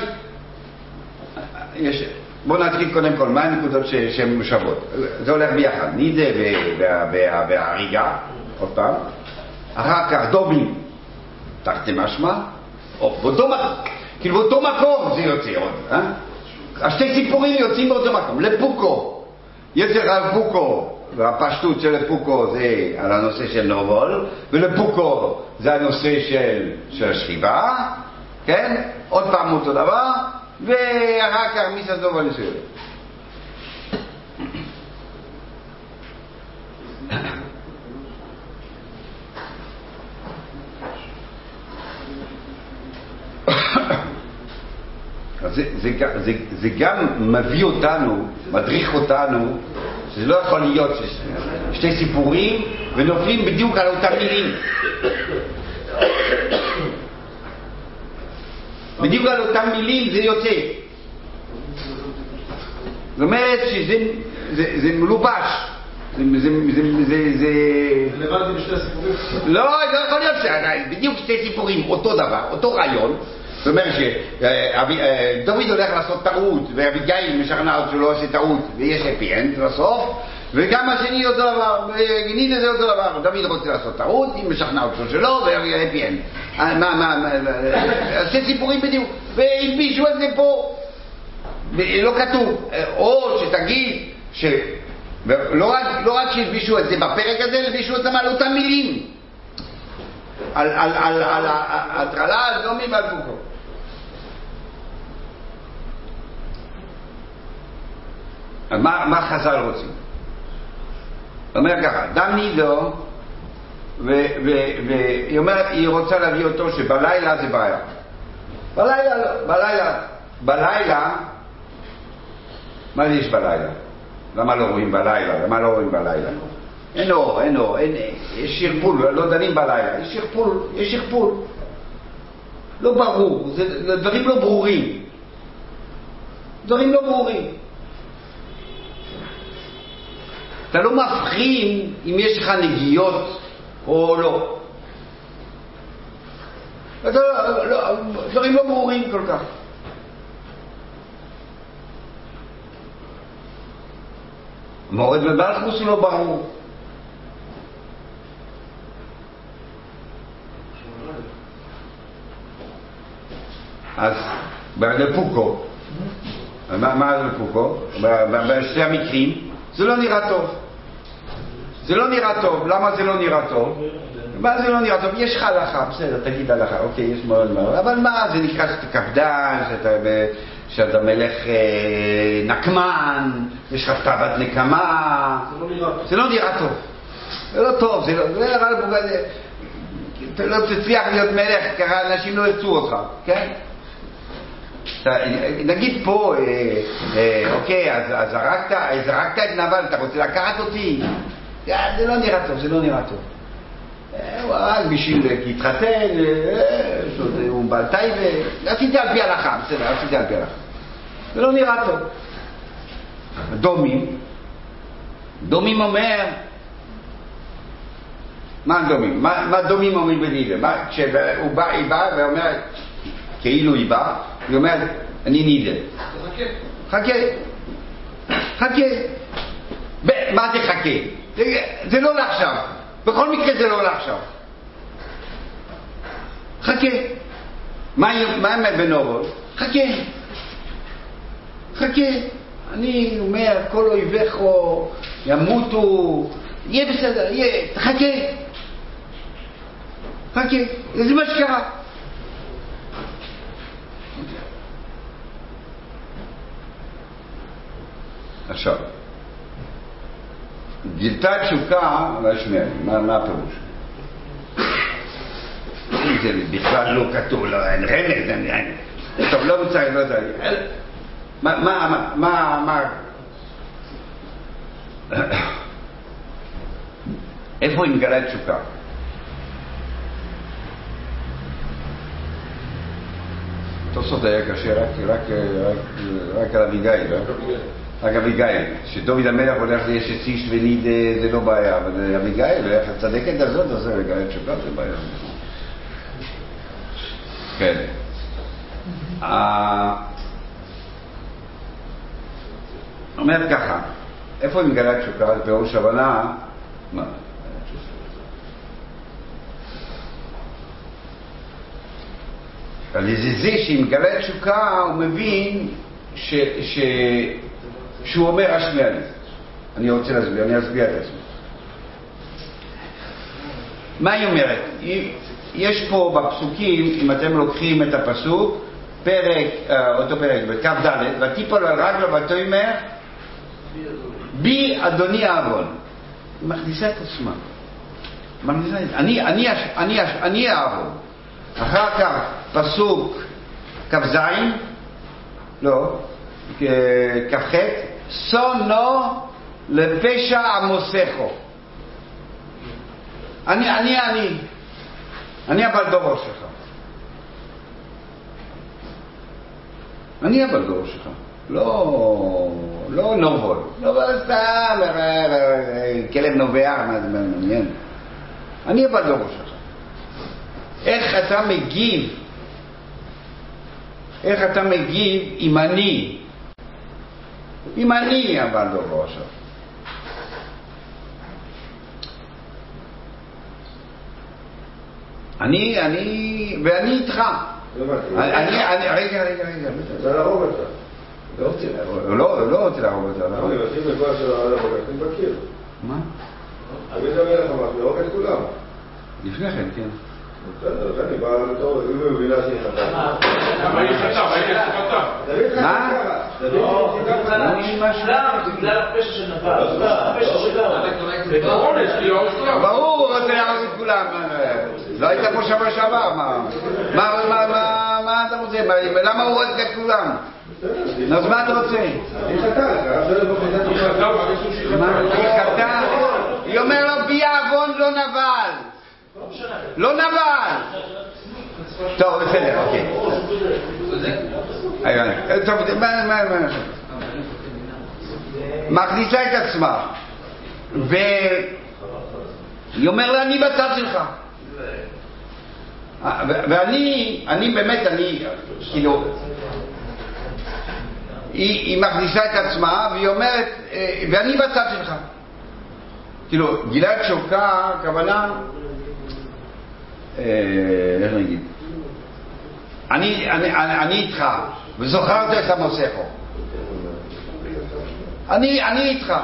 יש, בואו נתחיל קודם כל, מה הנקודות שהן משוות? זה הולך ביחד, נידה וההריגה, עוד פעם, אחר כך דומים, תחת משמע, או באותו מקום, כאילו באותו מקום זה יוצא עוד, אה? השתי סיפורים יוצאים באותו מקום, לפוקו, יצר על פוקו, והפשטות של לפוקו זה על הנושא של נובל, ולפוקו זה הנושא של, של השכיבה, כן? עוד פעם אותו דבר, ואחר כך מיסת נובל נשאר. זה, זה, זה, זה גם מביא אותנו, מדריך אותנו, שזה לא יכול להיות שתי סיפורים ונופלים בדיוק על אותם מילים. בדיוק על אותם מילים זה יוצא. זאת אומרת שזה זה, זה מלובש. זה... זה... זה... זה... זה... רלוונטי בשתי הסיפורים? לא, לא יכול להיות שבדיוק שתי סיפורים, אותו דבר, אותו רעיון. זאת אומרת שדוד הולך לעשות טעות, ואביגיל משכנע אותו שלא עושה טעות, ויש אפי אנד בסוף, וגם השני אותו דבר, וגנידה זה אותו דבר, דוד רוצה לעשות טעות, היא משכנע אותו שלא, ואפי אנד. מה, מה, מה, עושה סיפורים בדיוק, והלבישו את זה פה, לא כתוב, או שתגיד, לא רק שהלבישו את זה בפרק הזה, הלבישו את זה על אותם מילים, על ההטרלה על דומי ועל פוקו. אז מה, מה חז"ל רוצים? הוא אומר ככה, דם נידו, והיא אומרת, היא רוצה להביא אותו שבלילה זה בעיה. בלילה, בלילה, בלילה, מה זה יש בלילה? למה לא רואים בלילה? למה לא רואים בלילה? אין אור, אין אור, אין, יש שרפול, לא דנים בלילה, יש שרפול, יש שרפול. לא ברור, זה דברים לא ברורים. דברים לא ברורים. אתה לא מבחין אם יש לך נגיעות או לא. אתה, לא, דברים לא ברורים כל כך. מורד בבלחוס הוא לא ברור. אז בפוקו, מה, מה זה בפוקו? בשתי המקרים זה לא נראה טוב. זה לא נראה טוב. למה זה לא נראה טוב? מה זה לא נראה טוב? יש לך הלכה, בסדר, תגיד הלכה, אוקיי, יש מאוד מאוד, אבל מה, זה נקרא שאתה קפדן, שאתה, שאתה מלך אה, נקמן, יש לך תאוות נקמה, זה לא נראה טוב. זה לא טוב, זה לא, זה לא, זה, אתה לא תצליח להיות מלך, ככה אנשים לא יצאו אותך, כן? נגיד פה, אה, אה, אוקיי, אז, אז זרקת, זרקת את נבל, אתה רוצה לקחת אותי? זה לא נראה טוב, זה לא נראה טוב. הוא רק בשביל להתחתן, הוא בעל טייבה, עשיתי על פי הלכה, בסדר, עשיתי על פי הלכה. זה לא נראה טוב. דומים, דומים אומר, מה דומים? מה, מה דומים אומרים בנידה? כשהוא בא, היא באה ואומרת, כאילו היא באה, היא אומרת, אני נידה. חכה. חכה. מה זה חכה? זה, זה לא לעכשיו. בכל מקרה זה לא לעכשיו. חכה. מה אומר בנובות? חכה. חכה. אני אומר, כל אויביך ימותו, יהיה בסדר, יהיה, חכה. חכה. זה מה שקרה. עכשיו, גילתה תשוקה, להשמיע, מה, מה הפירוש? זה בכלל לא כתוב, לא, אין רמז, אין, אין. טוב, לא מוצא, לא יודע. מה, מה, מה, מה... איפה היא מגלה תשוקה? תוספות היה קשה רק, רק, רק, רק על אביגיל, לא? רק אביגיל, שדוד המלך הולך ליש איש וניד זה לא בעיה, אבל אביגיל, ואיך הצדקת הזאת, אז זה אביגיל תשוקה, זה בעיה. כן. אומרת ככה, איפה היא מגלה תשוקה? זה פירוש הבנה, מה? על איזה זה שהיא מגלה תשוקה, הוא מבין ש, ש, שהוא אומר השמיע לי. אני רוצה להסביר, אני אסביר את עצמי. מה היא אומרת? יש פה בפסוקים, אם אתם לוקחים את הפסוק, פרק, אותו פרק, בכף ד' ותיפול על רגלו ותאמר בי אדוני אהרון. היא מכניסה את עצמה. אני, אני, אני, אני אהרון. אחר כך פסוק כף זין, לא, כף ח' שונו לפשע עמוסכו. אני, אני, אני, אני הבלדורו שלך. אני אבל דור שלך. לא, לא נובול. לא סתם, כלב נובע, מה זה מעניין? אני אבל דור שלך. איך אתה מגיב? איך אתה מגיב אם אני? אם אני אבל דור שלך. אני, אני, ואני איתך. אני, אני, רגע, רגע, רגע. אתה להרוג אותה. לא, לא רוצה להרוג אותה. אני מבטאים בכל שלא להרוג אותה, אני מכיר. מה? אני מדבר לך מה, להרוג את כולם. לפני כן, כן. בסדר, אני בא לתור, אם הוא מבינה שהיא חטאה. אבל היא חטאה, והיא חטאה. מה? לא, לא נשמע משהו. בגלל הפשע של נבל. הפשע של נבל. העונש, כי הוא שלם. ברור, הוא רוצה להרוג את כולם. לא היית פה שבוע שעבר, מה? מה אתה רוצה? למה הוא הורג את כולם? אז מה אתה רוצה? היא חטאה, היא חטאה, אבל יש שהיא מה? חטאה. היא חטאה? היא אומר לו, בי העוון לא נבל. לא נבל. טוב, בסדר, אוקיי. טוב, מה, מה, מה? מכניסה את עצמה, והיא אומר לה, אני בצד שלך. ואני, אני באמת, אני, כאילו, היא, היא מכניסה את עצמה, והיא אומרת, ואני בצד שלך. כאילו, גלעד שוקה, הכוונה, איך נגיד? אני, אני, אני, אני איתך, וזוכרת את המוסכו. אני, אני איתך.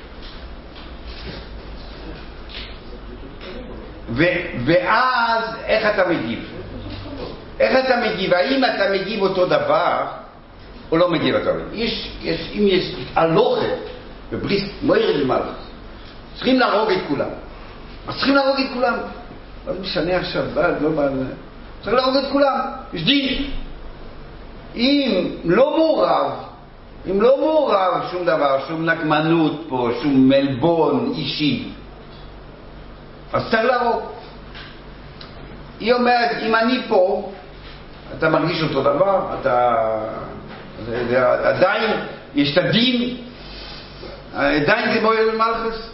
ו, ואז, איך אתה מגיב? איך אתה מגיב? האם אתה מגיב אותו דבר, או לא מגיב אותו דבר? יש, יש, אם יש הלוכת, בבריס, מוירד למעלה, צריכים להרוג את כולם. אז צריכים להרוג את כולם. לא משנה עכשיו, בעד, לא בעד. צריך להרוג את כולם. יש דין. אם לא מעורב, אם לא מעורב שום דבר, שום נקמנות פה, שום מלבון אישי, אז צריך להרוג. היא אומרת, אם אני פה, אתה מרגיש אותו דבר, אתה... עדיין יש את הדין, עדיין זה בוער למלכס.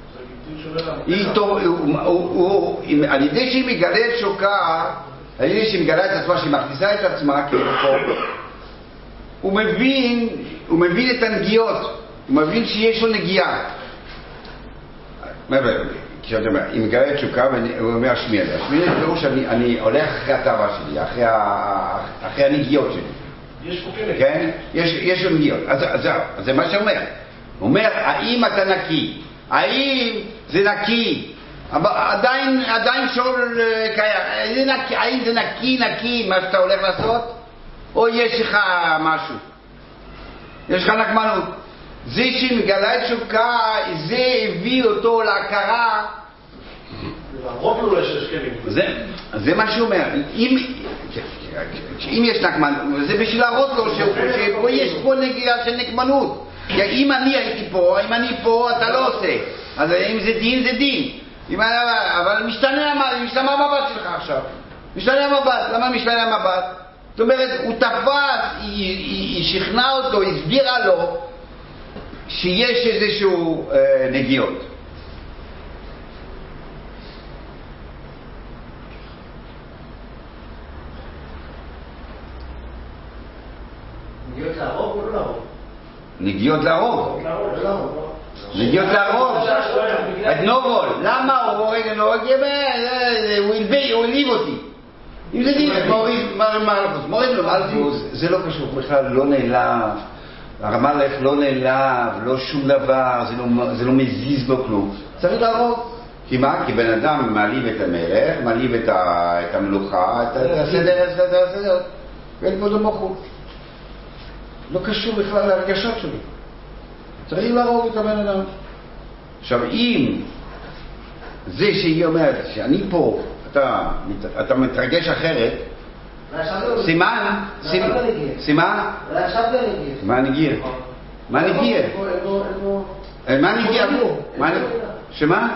על ידי שהיא מגלה את שוקה, על ידי שהיא מגלה את עצמה, שהיא מכניסה את עצמה כאיפה, הוא מבין, הוא מבין את הנגיעות, הוא מבין שיש לו נגיעה. כשאתה אומר, היא מגלה את שוקה, הוא אומר, שמיע לי, שמיע לי פירוש שאני הולך אחרי הטבע שלי, אחרי הנגיעות שלי. יש פה כלב. כן? יש לו נגיעות. אז זהו, זה מה שאומר. הוא אומר, האם אתה נקי? האם זה נקי? עדיין, עדיין שואל קיים. האם זה נקי, נקי, מה שאתה הולך לעשות? או יש לך משהו? יש לך נקמנות. זה שמגלה את שוקה, זה הביא אותו להכרה. הרוב לא יש שקלים. זה מה שהוא אומר. אם יש נקמנות, זה בשביל להראות לו שפה יש פה נגיעה של נקמנות. אם אני הייתי פה, אם אני פה, אתה לא עושה. אז אם זה דין, זה דין. אבל משתנה המבט שלך עכשיו. משתנה המבט. למה משתנה המבט? זאת אומרת, הוא תפס, היא שכנעה אותו, הסבירה לו שיש איזשהו נגיעות. נגיעות להרוג או לא להרוג? נגיעות להרוג. נגיעות להרוג. את נובול. למה הוא הורג? הוא הלביב אותי. אם זה דין, מוריד לו מלכוס, זה לא קשור, בכלל לא נעלב. הרמלך לא נעלב, לא שום דבר, זה לא מזיז בו כלום. צריך להרוג. כי מה? כי בן אדם מעליב את המלך, מעליב את המלוכה, את הסדר, את הסדר, ואין פה דמוכות. לא קשור בכלל להרגשות שלי. צריך להרוג את הבן אדם. עכשיו, אם זה שהיא אומרת שאני פה, אתה, אתה מתרגש אחרת, סימן, סימן, מה נגיע? מה נגיע? מה נגיע? שמה?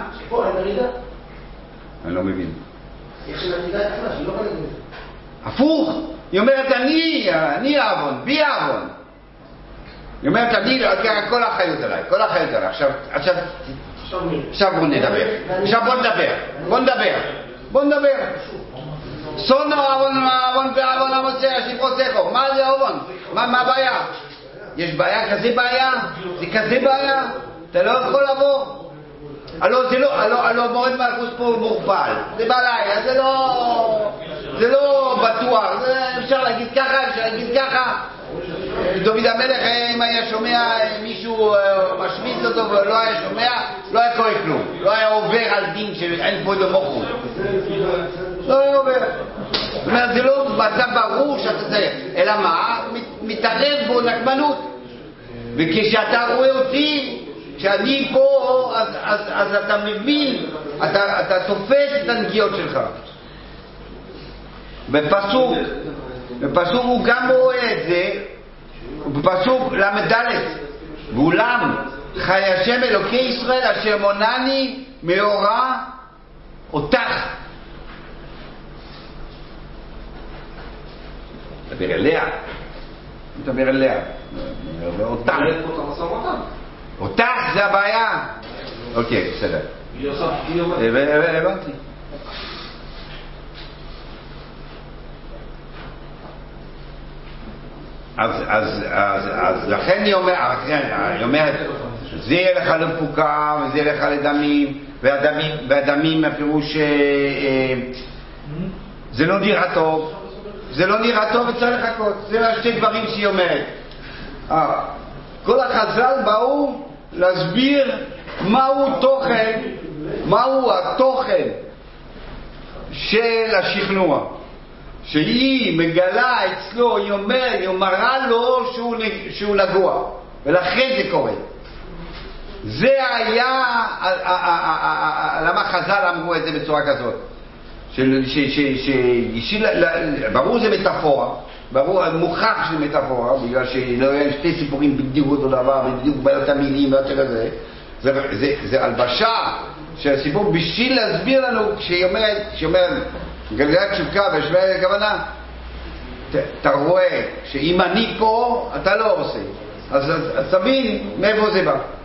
אני לא מבין. הפוך, היא אומרת, אני, אני העוון, בי העוון. היא אומרת, אני, כל החיות עליי, כל החיות עליי. עכשיו, עכשיו, עכשיו בוא נדבר. עכשיו בוא נדבר. בוא נדבר. בוא נדבר. סונו עוון, עוון ועוון המוצא, שפרוצךו. מה זה עוון? מה הבעיה? יש בעיה, כזה בעיה? זה כזה בעיה? אתה לא יכול לבוא? הלא זה לא, הלא, הלא מורד מלכוס פה מוכפל. זה בלילה, זה לא, זה לא בטוח. זה אפשר להגיד ככה, אפשר להגיד ככה. דוד המלך, אם היה שומע מישהו משמיץ אותו ולא היה שומע, לא היה קורה כלום. לא היה עובר על דין שאין פה דמוכות. לא היה עובר. זאת אומרת, זה לא מצב ברור שאתה צריך, אלא מה? מתערב בו נקמנות. וכשאתה רואה אותי, כשאני פה, אז, אז, אז אתה מבין, אתה, אתה תופס את הנגיעות שלך. בפסוק, בפסוק הוא גם רואה את זה, בפסוק למדלת, ואולם חי השם אלוקי ישראל אשר מונני מאורה אותך. מדבר אליה, מדבר אליה, אותך. אותך זה הבעיה. אוקיי, בסדר. הבנתי. אז, אז, אז, אז לכן היא אומרת, היא אומרת, זה יהיה לך למפוקה, וזה יהיה לך לדמים, והדמים, והדמים הפירוש, אה, אה, זה לא נראה טוב, זה לא נראה טוב וצריך לחכות. זה שתי דברים שהיא אומרת. אה, כל החז"ל באו להסביר מהו תוכן, מהו התוכן של השכנוע. שהיא מגלה אצלו, היא אומרת, היא מראה לו שהוא, שהוא נגוע, ולכן זה קורה. זה היה, למה חז"ל אמרו את זה בצורה כזאת? ברור זה מטאפורה, ברור, מוכח שזה מטאפורה, בגלל שלא היה שתי סיפורים בדיוק אותו דבר, בדיוק בעיות המילים ויותר כזה. זה, זה, זה הלבשה של הסיפור בשביל להסביר לנו, כשהיא אומרת, כשהיא אומרת, גלגלת תשוקה ושווה הכוונה, אתה רואה שאם אני פה, אתה לא עושה. אז, אז, אז תבין מאיפה זה בא.